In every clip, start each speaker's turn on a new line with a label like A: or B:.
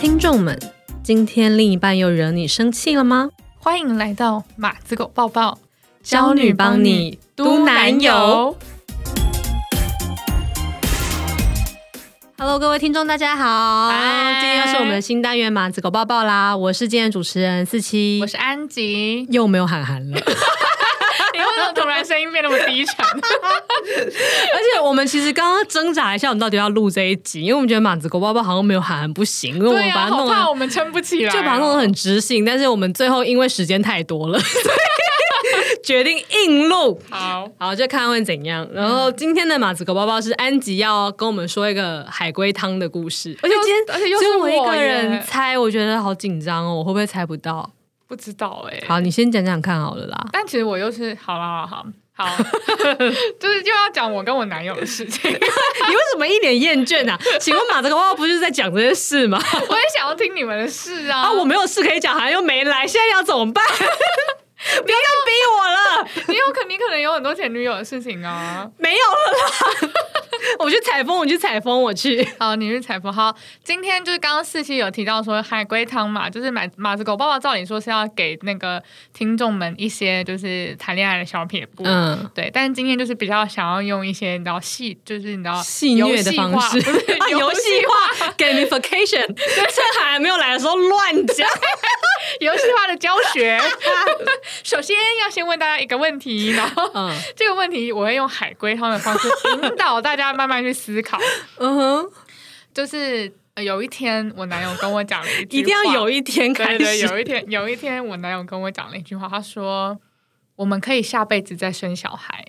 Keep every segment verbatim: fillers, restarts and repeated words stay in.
A: 听众们，今天另一半又惹你生气了吗？
B: 欢迎来到马子狗抱抱，
A: 娇女帮你嘟男友。Hello， 各位听众，大家好，今天又是我们的新单元马子狗抱抱啦。我是今天的主持人四七，
B: 我是安吉，
A: 又没有喊韩了。
B: 你为什么突然声音变那么低沉？
A: 而且我们其实刚刚挣扎一下，我们到底要录这一集，因为我们觉得马子狗抱抱好像没有喊韩不行，因为我们把它弄得、
B: 啊、好怕我们撑不起来、哦，
A: 就把它弄得很知性。但是我们最后因为时间太多了，所以决定硬录。
B: 好，
A: 好，就看会怎样。然后今天的马子狗抱抱是安吉要跟我们说一个海龟汤的故事，而且今天
B: 而且又是
A: 只有我一个
B: 我
A: 人猜，我觉得好紧张哦，我会不会猜不到？
B: 不知道哎、欸。
A: 好，你先讲讲看好了啦。
B: 但其实我又是好啦，好好好，就是就要讲我跟我男友的事情。
A: 你为什么一脸厌倦啊？请问马子狗抱抱不就是在讲这些事吗？
B: 我也想要听你们的事啊！
A: 啊，我没有事可以讲，好像又没来，现在要怎么办？不要再逼我了！
B: 你有可你可能有很多前女友的事情啊，
A: 没有了啦。我去采风，我去采风，我去。
B: 好，你去采风。好，今天就是刚刚四期有提到说海龟汤嘛，就是马马子狗抱抱，照理说是要给那个听众们一些就是谈恋爱的小撇步，嗯，对。但是今天就是比较想要用一些你知道戏，就是你知道
A: 戏虐的方式，啊，游戏化 gamification， 趁还没有来的时候乱讲。
B: 游戏化的教学。首先要先问大家一个问题，然后、嗯、这个问题我会用海龟汤的方式引导大家慢慢去思考。嗯哼，就是有一天我男友跟我讲了一句话，
A: 一定要有一天开始，
B: 对对，有一天有一天我男友跟我讲了一句话，他说我们可以下辈子再生小孩。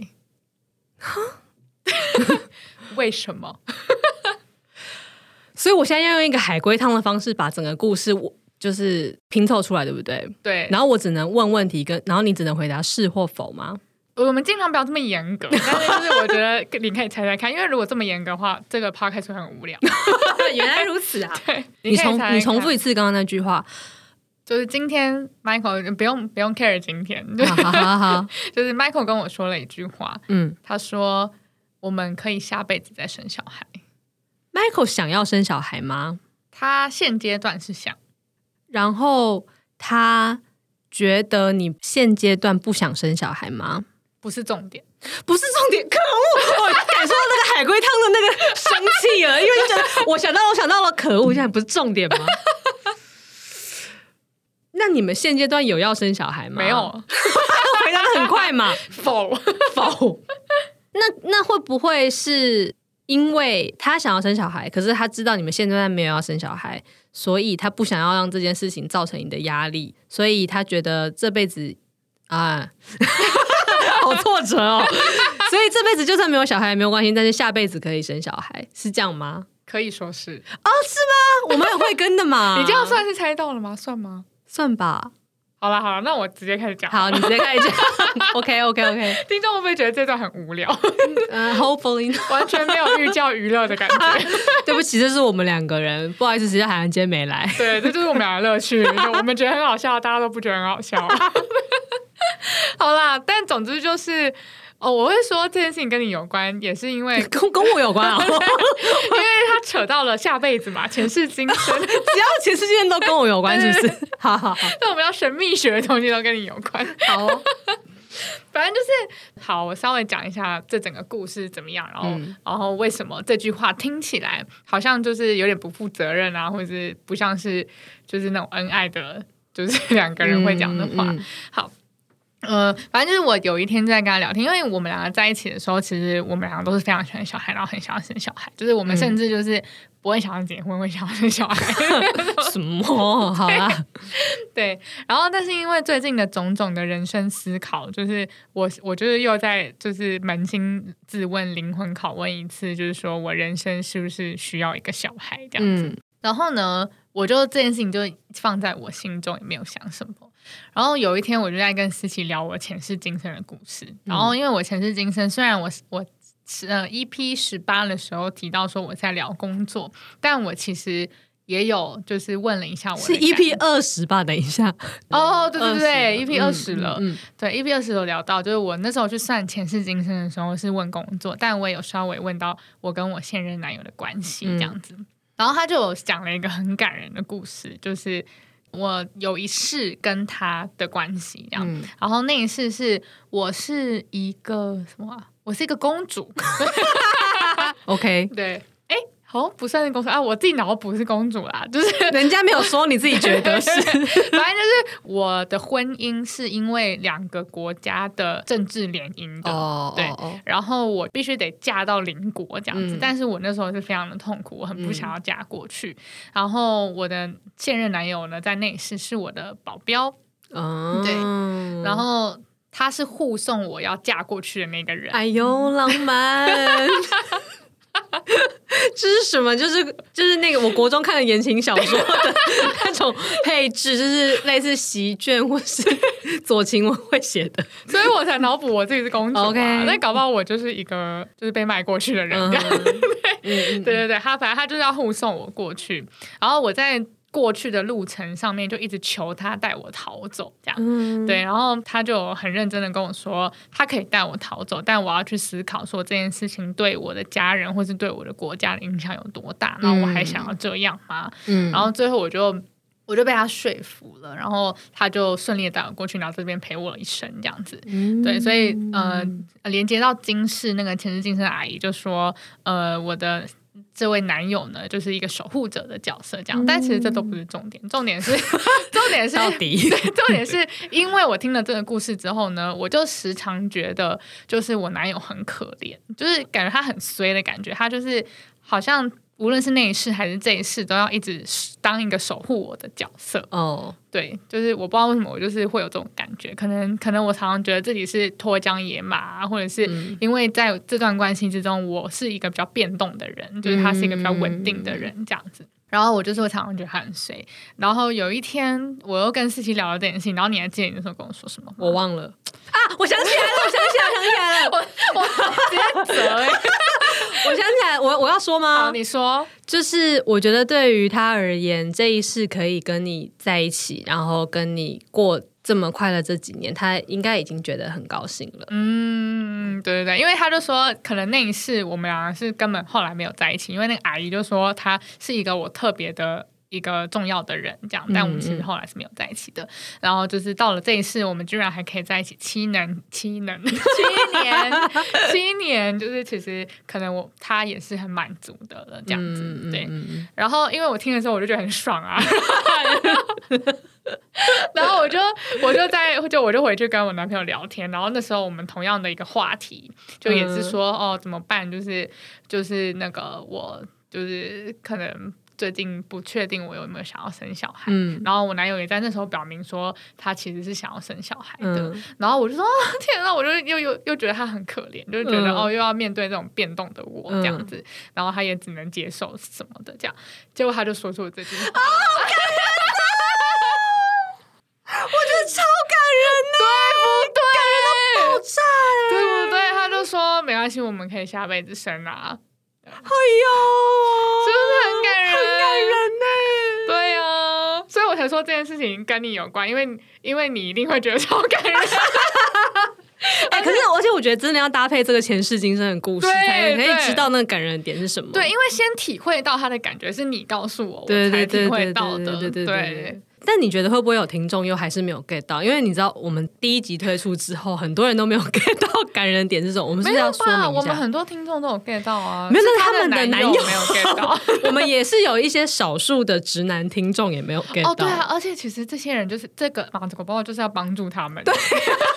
B: 为什么？
A: 所以我现在要用一个海龟汤的方式把整个故事我就是拼凑出来，对不对？
B: 对。
A: 然后我只能问问题跟，然后你只能回答是或否吗？
B: 我们尽量不要这么严格，但是就是我觉得你可以猜猜看，因为如果这么严格的话，这个 podcast 会很无聊。
A: 原来如此啊！
B: 对，
A: 你重你重复一次刚刚那句话，
B: 就是今天 Michael 不用不用 care 今天，
A: 好好好好，
B: 就是 Michael 跟我说了一句话，嗯，他说我们可以下辈子再生小孩。
A: Michael 想要生小孩吗？
B: 他现阶段是想。
A: 然后他觉得你现阶段不想生小孩吗？
B: 不是重点，
A: 不是重点，可恶！我感受到那个海龟汤的那个生气了，因为就觉得我想到了，我想到了，可恶！现在不是重点吗？那你们现阶段有要生小孩吗？
B: 没有，
A: 回答的很快嘛，
B: 否
A: 否。那那会不会是因为他想要生小孩，可是他知道你们现阶段没有要生小孩？所以他不想要让这件事情造成你的压力，所以他觉得这辈子啊，好挫折哦。所以这辈子就算没有小孩也没有关系，但是下辈子可以生小孩，是这样吗？
B: 可以说是
A: 哦，是吗？我们很会跟的嘛。
B: 你这样算是猜到了吗？算吗？
A: 算吧。
B: 好了好了，那我直接开始讲。
A: 好，你直接开始讲。OK OK OK。
B: 听众会不会觉得这段很无聊？
A: 嗯、uh, ，Hopefully
B: 完全没有寓教于乐的感觉。
A: 对不起，这是我们两个人，不好意思，实际海南今天没来。
B: 对，这就是我们俩的乐趣。我们觉得很好笑，大家都不觉得很好笑。好啦，但总之就是。哦，我会说这件事情跟你有关，也是因为
A: 跟跟我有关啊，因为
B: 他扯到了下辈子嘛，前世今生，只
A: 要前世今生都跟我有关，是不是？好好好，
B: 那我们要神秘学的东西都跟你有关。
A: 好、哦，
B: 反正就是好，我稍微讲一下这整个故事怎么样，然后、嗯、然后为什么这句话听起来好像就是有点不负责任啊，或者是不像是就是那种恩爱的，就是两个人会讲的话。嗯嗯、好。呃，反正就是我有一天在跟他聊天，因为我们两个在一起的时候，其实我们两个都是非常喜欢小孩，然后很想要生小孩，就是我们甚至就是不会想要结婚，会想要生小孩。
A: 什么？好啦，
B: 对。然后，但是因为最近的种种的人生思考，就是我我就是又在就是扪心自问、灵魂拷问一次，就是说我人生是不是需要一个小孩这样子？嗯、然后呢，我就这件事情就放在我心中，也没有想什么。然后有一天我就在跟思琪聊我前世今生的故事，然后因为我前世今生虽然我我呃 E P 十八的时候提到说我在聊工作，但我其实也有就是问了一下我的
A: 是 E P 二十吧，等一下
B: 哦对对对 E P 二十了、
A: 嗯嗯嗯、
B: 对 E P 二十有聊到，就是我那时候去算前世今生的时候是问工作，但我也有稍微问到我跟我现任男友的关系这样子、嗯然后他就有讲了一个很感人的故事，就是我有一世跟他的关系这样、嗯、然后那一世是我是一个什么、啊、我是一个公主
A: OK
B: 对好像不算是公主啊，我自己脑补是公主啦，就是
A: 人家没有说，你自己觉得是。反正
B: 就是我的婚姻是因为两个国家的政治联姻的，哦、对、哦，然后我必须得嫁到邻国这样子、嗯，但是我那时候是非常的痛苦，我很不想要嫁过去。嗯、然后我的现任男友呢，在那一世是我的保镖，哦，对，然后他是护送我要嫁过去的那个人。
A: 哎呦，浪漫！这是什么？就是就是那个我国中看的言情小说的那种配置，就是类似席卷或是左晴雯会写的，
B: 所以我才脑补我自己是公主嘛。Okay. 但搞不好我就是一个就是被卖过去的人。这样、uh-huh. 对, 对对对，他反正他就是要护送我过去，然后我在过去的路程上面就一直求他带我逃走这样、嗯、对，然后他就很认真的跟我说他可以带我逃走，但我要去思考说这件事情对我的家人或是对我的国家的影响有多大，然后我还想要这样吗、嗯、然后最后我就我就被他说服了，然后他就顺利的带我过去，然后这边陪我了一生这样子、嗯、对，所以呃连接到今世那个前世今生的阿姨就说呃我的这位男友呢就是一个守护者的角色这样、嗯、但其实这都不是重点，重点是重点是
A: 到底
B: 重点是因为我听了这个故事之后呢，我就时常觉得就是我男友很可怜，就是感觉他很衰的感觉，他就是好像无论是那一世还是这一世都要一直当一个守护我的角色哦。Oh. 对，就是我不知道为什么我就是会有这种感觉，可能可能我常常觉得自己是脱缰野马，或者是因为在这段关系之中我是一个比较变动的人，就是他是一个比较稳定的人这样子，然后我就是会常常觉得他很衰。然后有一天我又跟思琪聊了这件事情，然后你还记得你那时候跟我说什么吗？
A: 我忘了啊，我想起来了我想起来了想起来了
B: 我我直接折欸
A: 我想起来，我我要说吗？
B: 好，你说。
A: 就是我觉得对于他而言，这一世可以跟你在一起，然后跟你过这么快乐这几年，他应该已经觉得很高兴了。
B: 嗯，对对对，因为他就说可能那一世我们两个是根本后来没有在一起，因为那个阿姨就说他是一个我特别的一个重要的人这样，但我们其实后来是没有在一起的、嗯、然后就是到了这一世我们居然还可以在一起七年七年七年七年，就是其实可能我他也是很满足的了这样子、嗯、对、嗯、然后因为我听的时候我就觉得很爽啊然后我就我就在就我就回去跟我男朋友聊天，然后那时候我们同样的一个话题就也是说、嗯、哦怎么办，就是就是那个我就是可能最近不确定我有没有想要生小孩、嗯、然后我男友也在那时候表明说他其实是想要生小孩的、嗯、然后我就说、哦、天哪，我就又又又觉得他很可怜，就是觉得、嗯、哦又要面对这种变动的我这样子、嗯、然后他也只能接受什么的这样，结果他就说出了这句话、哦、好感人
A: 我觉得超感人呢，
B: 对不对？
A: 感人到爆炸，
B: 对不对？他就说没关系，我们可以下辈子生啊。
A: 哎呦，
B: 是不是很感人？
A: 很感人呢。
B: 对啊，所以我才说这件事情跟你有关，因为因为你一定会觉得超感人。
A: 哎、欸，可是而且我觉得真的要搭配这个前世今生的故事，才可以知道那个感人的点是什么。
B: 对，因为先体会到他的感觉是你告诉我，我才体会到的。
A: 对对对。但你觉得会不会有听众又还是没有 get 到？因为你知道我们第一集推出之后，很多人都没有 get 到感人点是什么。我们是不是要说明一下？
B: 我们很多听众都有 get 到啊，
A: 没有，但是他们的男友
B: 没有 get 到。
A: 我们也是有一些少数的直男听众也没有 get 到。
B: 哦，对啊，而且其实这些人就是这个马子狗包就是要帮助他们，对，最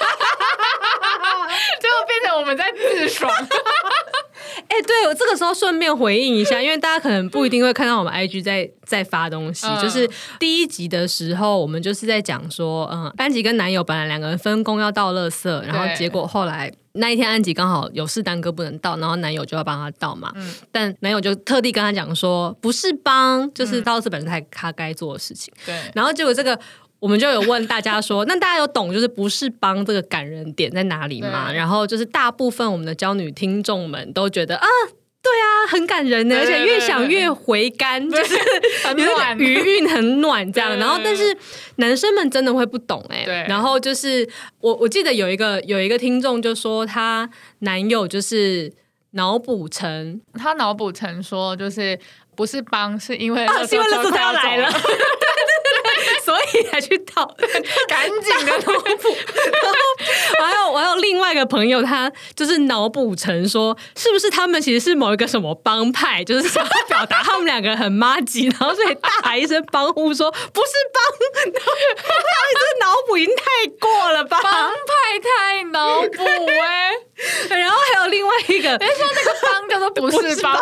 B: 后变成我们在自爽。
A: 哎、欸，对，我这个时候顺便回应一下，因为大家可能不一定会看到我们 I G 在在发东西、嗯，就是第一集的时候，我们就是在讲说，嗯，安吉跟男友本来两个人分工要倒垃圾，然后结果后来那一天安吉刚好有事耽搁不能倒，然后男友就要帮他倒嘛，嗯、但男友就特地跟他讲说，不是帮，就是倒垃圾本身是他该做的事情，对，然后结果这个。我们就有问大家说，那大家有懂就是不是帮这个感人点在哪里吗？然后就是大部分我们的娇女听众们都觉得啊，对啊，很感人的，而且越想越回甘，就是有点余韵很暖这样。然后但是男生们真的会不懂哎、欸，然后就是我我记得有一个有一个听众就说她男友就是脑补成
B: 他脑补成说就是不是帮，是因为
A: 啊，是因为垃圾车要来了。所以才去倒，
B: 赶紧的脑补。
A: 然后还有我还有另外一个朋友，他就是脑补成说，是不是他们其实是某一个什么帮派，就是想要表达他们两个人很麻吉，然后所以大喊一声帮呼说不是帮，然后这个脑补已经太过了吧？
B: 帮派太脑补哎、
A: 欸，然后还有另外一个，
B: 别说那个帮叫做不是帮。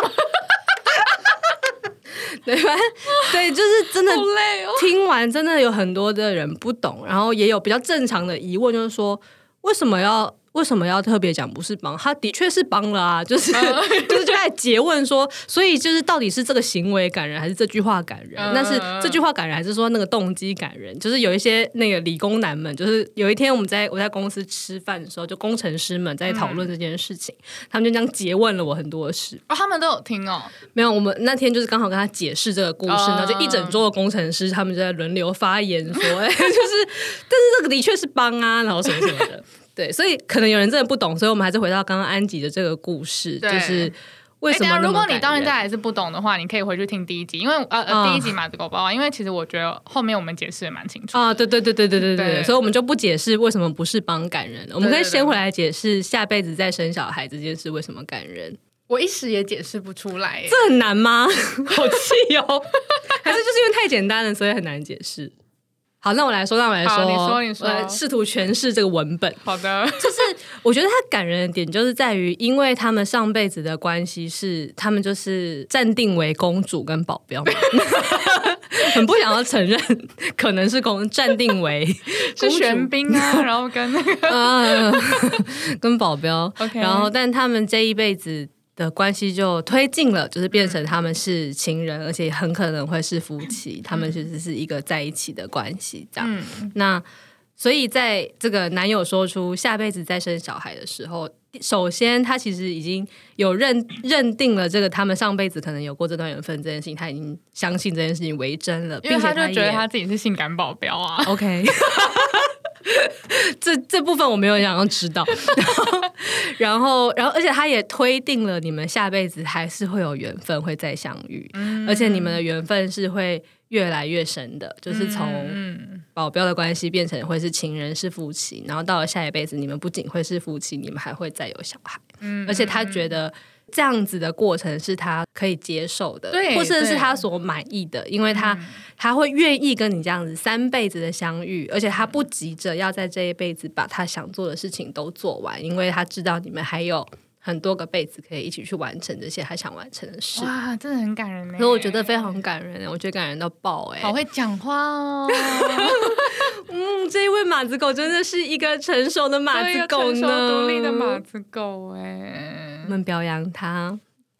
A: 对吧？对，就是真的
B: 好累哦。
A: 听完真的有很多的人不懂，然后也有比较正常的疑问，就是说为什么要为什么要特别讲不是帮？他的确是帮了啊，就是、嗯、就是就在诘问说，所以就是到底是这个行为感人，还是这句话感人？那、嗯、是这句话感人，还是说那个动机感人？就是有一些那个理工男们，就是有一天我们在我在公司吃饭的时候，就工程师们在讨论这件事情、嗯，他们就这样诘问了我很多的事。
B: 哦，他们都有听哦？
A: 没有，我们那天就是刚好跟他解释这个故事，嗯、然后就一整桌的工程师他们就在轮流发言说，哎、就是，但是这个的确是帮啊，然后什么什么的。对，所以可能有人真的不懂，所以我们还是回到刚刚安吉的这个故事，就是为什么那么感人。
B: 如果你到现在还是不懂的话，你可以回去听第一集，因为呃、嗯、第一集马子狗包啊，因为其实我觉得后面我们解释也蛮清楚
A: 啊，对对对对对对 对, 對, 對，所以我们就不解释为什么不是帮感人了，我们可以先回来解释下辈子再生小孩这件事为什么感人。
B: 我一时也解释不出来耶，
A: 这很难吗？好气哦！还是就是因为太简单了，所以很难解释。好，那我来说，那我来说，
B: 你说，你说，
A: 我来试图诠释这个文本。
B: 好的，
A: 就是我觉得它感人的点就是在于，因为他们上辈子的关系是，他们就是暂定为公主跟保镖嘛，很不想要承认可能是公，暂定为
B: 是玄彬啊，然后跟那个
A: 啊，跟保镖，
B: okay.
A: 然后但他们这一辈子的关系就推进了，就是变成他们是情人，而且很可能会是夫妻，他们其实是一个在一起的关系这样、嗯、那所以在这个男友说出下辈子再生小孩的时候，首先他其实已经有认认定了这个他们上辈子可能有过这段缘分这件事情，他已经相信这件事情为真了，
B: 因为他就觉得他自己是性感保镖啊。
A: OK 这这部分我没有想要知道然后然后而且他也推定了你们下辈子还是会有缘分会再相遇、嗯、而且你们的缘分是会越来越深的，就是从保镖的关系变成会是情人是夫妻，然后到了下一辈子你们不仅会是夫妻，你们还会再有小孩、嗯、而且他觉得这样子的过程是他可以接受的，或者是他所满意的，因为他、嗯、他会愿意跟你这样子三辈子的相遇，而且他不急着要在这一辈子把他想做的事情都做完，因为他知道你们还有很多个辈子可以一起去完成这些他想完成的事。
B: 哇，真的很感人耶，
A: 所以我觉得非常感人，我觉得感人到爆哎，
B: 好会讲话哦
A: 嗯，这一位马子狗真的是一个成熟的马子狗呢，
B: 成熟独立的马子狗哎，
A: 我们表扬他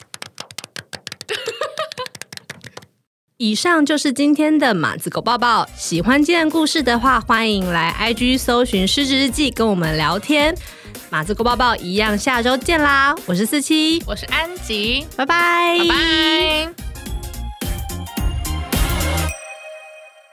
A: 以上就是今天的马子狗报报，喜欢今天的故事的话，欢迎来 I G 搜寻失职日记跟我们聊天。马子狗报报一样下周见啦，我是四七，
B: 我是安吉，
A: 拜拜
B: 拜拜。